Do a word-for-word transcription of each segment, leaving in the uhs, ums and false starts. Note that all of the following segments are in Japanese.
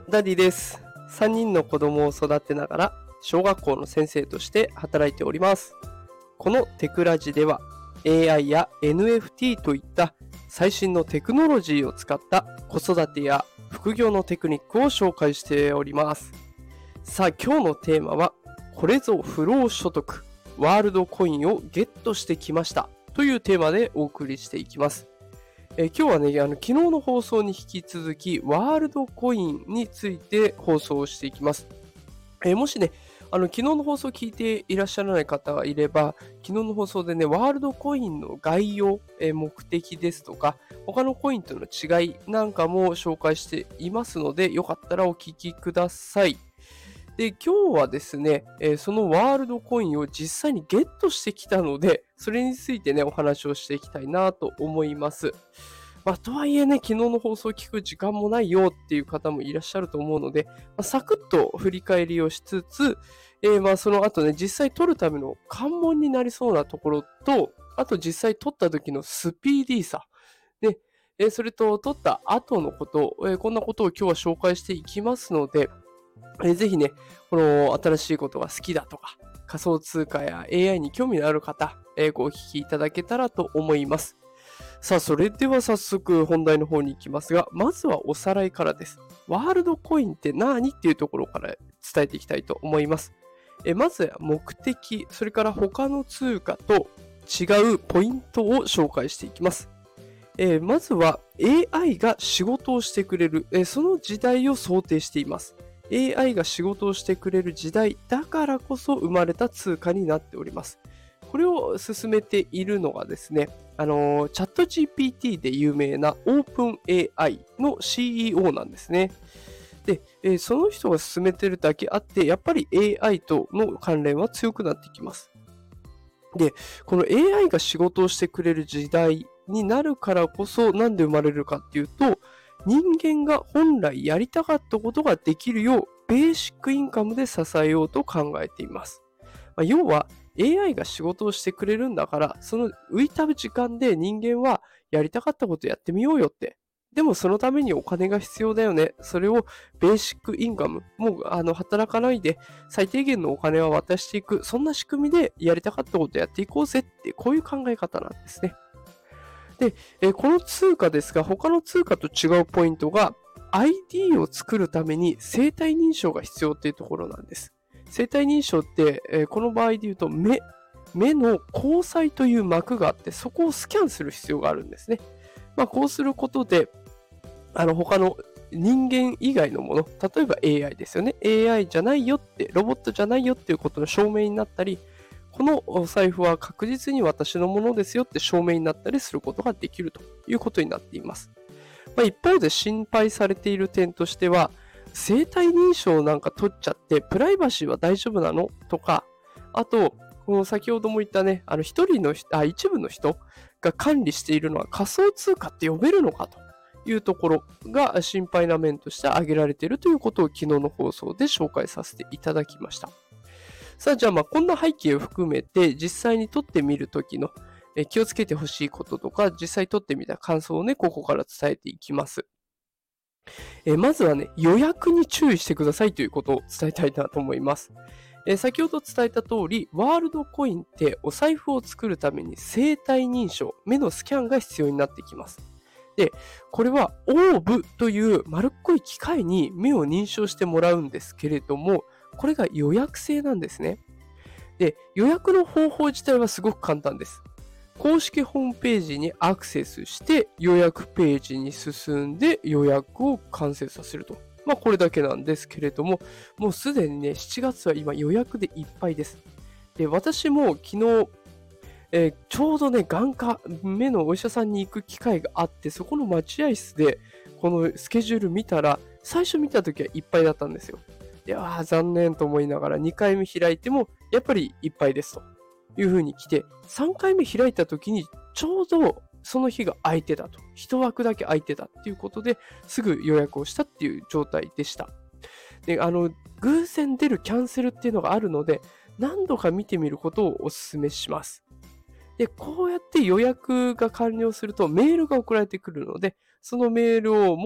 ダディです。さんにんの子供を育てながら小学校の先生として働いております。このテクラジでは エーアイ や エヌエフティー といった最新のテクノロジーを使った子育てや副業のテクニックを紹介しております。さあ、今日のテーマはこれぞ不労所得、ワールドコインをゲットしてきましたというテーマでお送りしていきます。えー今日はね、あの昨日の放送に引き続きワールドコインについて放送をしていきます。えーもしね、あの昨日の放送を聞いていらっしゃらない方がいれば、昨日の放送でね、ワールドコインの概要、えー目的ですとか、他のコインとの違いなんかも紹介していますので、よかったらお聞きください。で、今日はですね、えーそのワールドコインを実際にゲットしてきたので、それについてね、お話をしていきたいなと思います。まあ、とはいえね、昨日の放送を聞く時間もないよっていう方もいらっしゃると思うので、まあ、サクッと振り返りをしつつ、えーまあその後ね、実際取るための関門になりそうなところと、あと実際取った時のスピーディーさ、ね、えーそれと取った後のこと、えーこんなことを今日は紹介していきますので、えーぜひね、この新しいことが好きだとか、仮想通貨や エーアイ に興味のある方、えーごお聞きいただけたらと思います。さあ、それでは早速本題の方に行きますが、まずはおさらいからです。ワールドコインって何っていうところから伝えていきたいと思います。えまずは目的、それから他の通貨と違うポイントを紹介していきます。えーまずは エーアイ が仕事をしてくれる、えーその時代を想定しています。エーアイ が仕事をしてくれる時代だからこそ生まれた通貨になっております。これを進めているのがですね、あのーチャット ジーピーティー で有名な オープンエーアイ の シーイーオー なんですね。で、えーその人が進めてるだけあって、やっぱり エーアイ との関連は強くなってきます。で、この エーアイ が仕事をしてくれる時代になるからこそ、なんで生まれるかっていうと、人間が本来やりたかったことができるよう、ベーシックインカムで支えようと考えています。まあ、要は エーアイ が仕事をしてくれるんだから、その浮いた時間で人間はやりたかったことやってみようよって。でもそのためにお金が必要だよね。それをベーシックインカム、もうあの働かないで最低限のお金は渡していく。そんな仕組みでやりたかったことやっていこうぜって、こういう考え方なんですね。で、えこの通貨ですが、他の通貨と違うポイントが、アイディー を作るために生体認証が必要っていうところなんです。生体認証って、えーこの場合で言うと目、目の虹彩という膜があって、そこをスキャンする必要があるんですね。まあ、こうすることで、あの他の人間以外のもの、例えば エーアイ ですよね。エーアイ じゃないよって、ロボットじゃないよっていうことの証明になったり、このお財布は確実に私のものですよって証明になったりすることができるということになっています。まあ、一方で心配されている点としては、生体認証なんか取っちゃってプライバシーは大丈夫なのとか、あと、この先ほども言ったね、あの一人の人あ、一部の人が管理しているのは仮想通貨って呼べるのかというところが心配な面として挙げられているということを昨日の放送で紹介させていただきました。さあ、じゃあまあこんな背景を含めて実際に取ってみるときのえ気をつけてほしいこととか、実際取ってみた感想をね、ここから伝えていきます。えまずはね、予約に注意してくださいということを伝えたいなと思います。え先ほど伝えた通り、ワールドコインってお財布を作るために生体認証、目のスキャンが必要になってきます。で、これはオーブという丸っこい機械に目を認証してもらうんですけれども、これが予約制なんですね。で、予約の方法自体はすごく簡単です。公式ホームページにアクセスして予約ページに進んで予約を完成させると。まあこれだけなんですけれども、もうすでにね、しちがつは今予約でいっぱいです。で、私も昨日、えーちょうどね、眼科、目のお医者さんに行く機会があって、そこの待合室でこのスケジュール見たら、最初見た時はいっぱいだったんですよ。いやー、残念と思いながらにかいめ開いても、やっぱりいっぱいですという風に来て、さんかいめ開いた時にちょうどその日が空いてたと。一枠だけ空いてたっていうことで、すぐ予約をしたっていう状態でした。で、あの、偶然出るキャンセルっていうのがあるので、何度か見てみることをお勧めします。で、こうやって予約が完了するとメールが送られてくるので、そのメールを持っ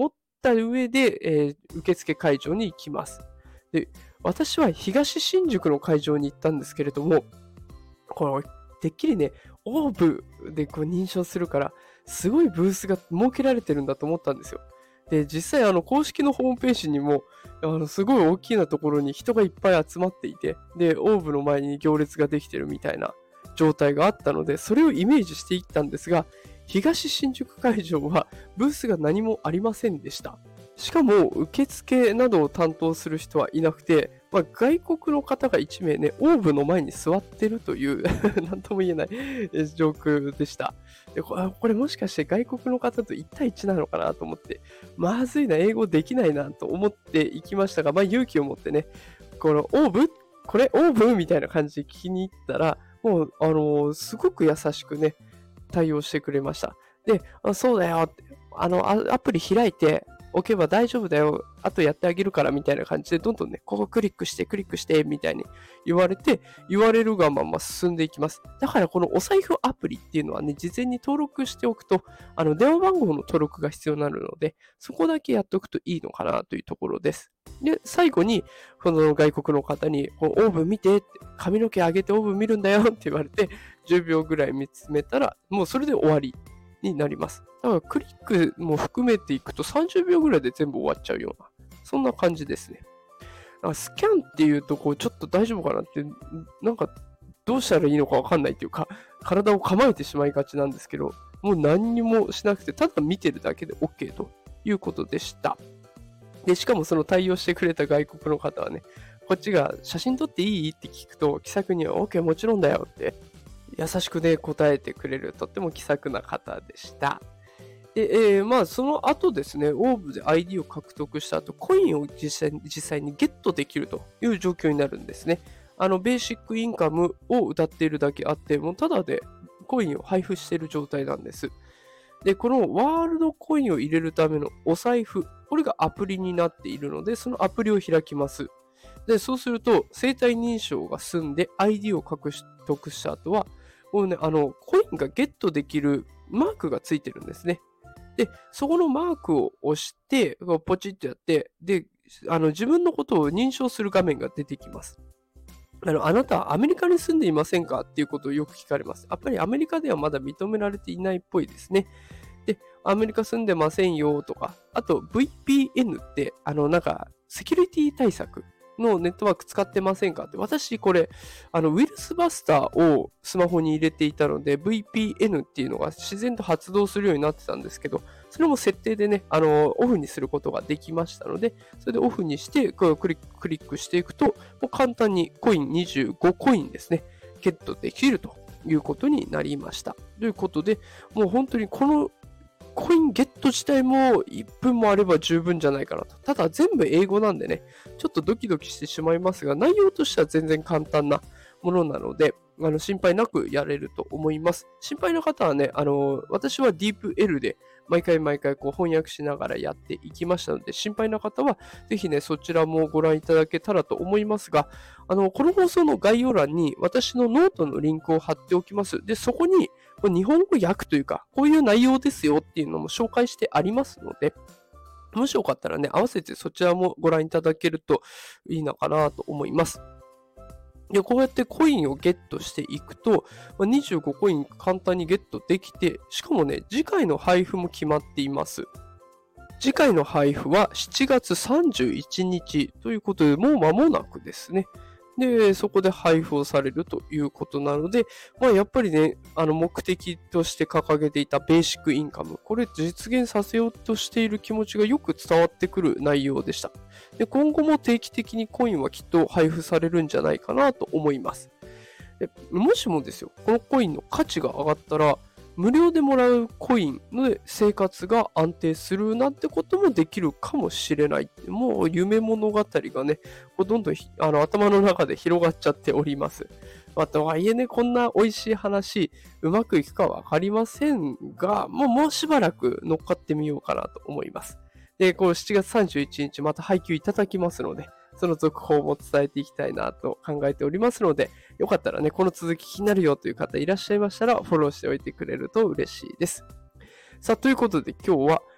った上で、えー受付会場に行きます。で、私は東新宿の会場に行ったんですけれども、これ、てっきりね、オーブでこう認証するから、すごいブースが設けられてるんだと思ったんですよ。で、実際、あの、公式のホームページにも、あの、すごい大きなところに人がいっぱい集まっていて、で、オーブの前に行列ができてるみたいな状態があったので、それをイメージしていったんですが、東新宿会場はブースが何もありませんでした。しかも、受付などを担当する人はいなくて、まあ、外国の方がいち名ね、オーブの前に座ってるというなんとも言えない状況でした。でこれこれもしかして外国の方といち対いちなのかなと思って、まずいな、英語できないなと思っていきましたが、まあ、勇気を持ってね、このオーブこれオーブみたいな感じで聞きに行ったら、もう、あのーすごく優しくね、対応してくれました。で、あそうだよって、あの、アアプリ開いておけば大丈夫だよ、あとやってあげるからみたいな感じで、どんどんね、ここクリックして、クリックして、みたいに言われて、言われるがまま進んでいきます。だからこのお財布アプリっていうのはね、事前に登録しておくと、あの、電話番号の登録が必要になるので、そこだけやっておくといいのかなというところです。で、最後に、この外国の方に、このオーブン見てって、髪の毛上げてオーブン見るんだよって言われて、じゅうびょうぐらい見つめたら、もうそれで終わりになります。だからクリックも含めていくとさんじゅうびょうぐらいで全部終わっちゃうような、そんな感じですね。だからスキャンっていうと、こう、ちょっと大丈夫かなって、なんか、どうしたらいいのかわかんないっていうか、体を構えてしまいがちなんですけど、もう何にもしなくて、ただ見てるだけで OK ということでした。で、しかもその対応してくれた外国の方はね、こっちが写真撮っていいって聞くと、気さくには OK もちろんだよって優しくね、答えてくれる、とっても気さくな方でした。で、えーまあ、その後ですね、オーブで アイディー を獲得した後、コインを実際に実際にゲットできるという状況になるんですね。あの、ベーシックインカムを謳っているだけあって、もうただでコインを配布している状態なんです。で、このワールドコインを入れるためのお財布、これがアプリになっているので、そのアプリを開きます。で、そうすると、生体認証が済んで アイディー を獲得した後は、もうね、あの、コインがゲットできるマークがついてるんですね。で、そこのマークを押して、ポチッとやって、で、あの自分のことを認証する画面が出てきます。あの、あなたはアメリカに住んでいませんかっていうことをよく聞かれます。やっぱりアメリカではまだ認められていないっぽいですね。で、アメリカ住んでませんよとか、あと ブイピーエヌ って、あの、なんか、セキュリティ対策のネットワーク使ってませんかって、私これ、あの、ウイルスバスターをスマホに入れていたので、ブイピーエヌ っていうのが自然と発動するようになってたんですけど、それも設定でね、あの、オフにすることができましたので、それでオフにして、こうクリック、クリックしていくと、もう簡単にコインにじゅうごコインですね、ゲットできるということになりました。ということで、もう本当にこのコインゲット自体もいっぷんもあれば十分じゃないかなと。ただ全部英語なんでね、ちょっとドキドキしてしまいますが、内容としては全然簡単なものなので、あの心配なくやれると思います。心配な方はね、あの私は ディープエル で毎回毎回こう翻訳しながらやっていきましたので、心配な方はぜひね、そちらもご覧いただけたらと思いますが、あのこの放送の概要欄に私のノートのリンクを貼っておきます。で、そこに日本語訳というか、こういう内容ですよっていうのも紹介してありますので、もしよかったらね、合わせてそちらもご覧いただけるといいのかなと思います。で、こうやってコインをゲットしていくと、にじゅうごコイン簡単にゲットできて、しかもね、次回の配布も決まっています。次回の配布はしちがつさんじゅういちにちということで、もう間もなくですね。で、そこで配布をされるということなので、まあ、やっぱりね、あの目的として掲げていたベーシックインカム、これ実現させようとしている気持ちがよく伝わってくる内容でした。で、今後も定期的にコインはきっと配布されるんじゃないかなと思います。でもしもですよ、このコインの価値が上がったら、無料でもらうコインで生活が安定するなんてこともできるかもしれない。もう夢物語がね、どんどんあの頭の中で広がっちゃっております。まあ、とはいえね、こんな美味しい話、うまくいくかわかりませんが、もうもうしばらく乗っかってみようかなと思います。で、こうしちがつさんじゅういちにちまた配給いただきますので、その続報も伝えていきたいなと考えておりますので、よかったらね、この続き気になるよという方いらっしゃいましたら、フォローしておいてくれると嬉しいです。さあ、ということで今日は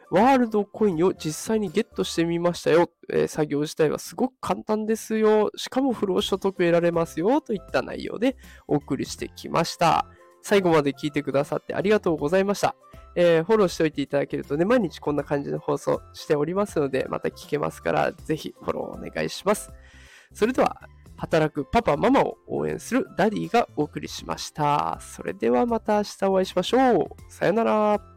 ワールドコインを実際にゲットしてみましたよ。えー作業自体はすごく簡単ですよ。しかも不労所得得られますよ。といった内容でお送りしてきました。最後まで聞いてくださってありがとうございました。えーフォローしておいていただけるとね、毎日こんな感じの放送しておりますので、また聞けますから、ぜひフォローお願いします。それでは、働くパパママを応援するダディがお送りしました。それではまた明日お会いしましょう。さよなら。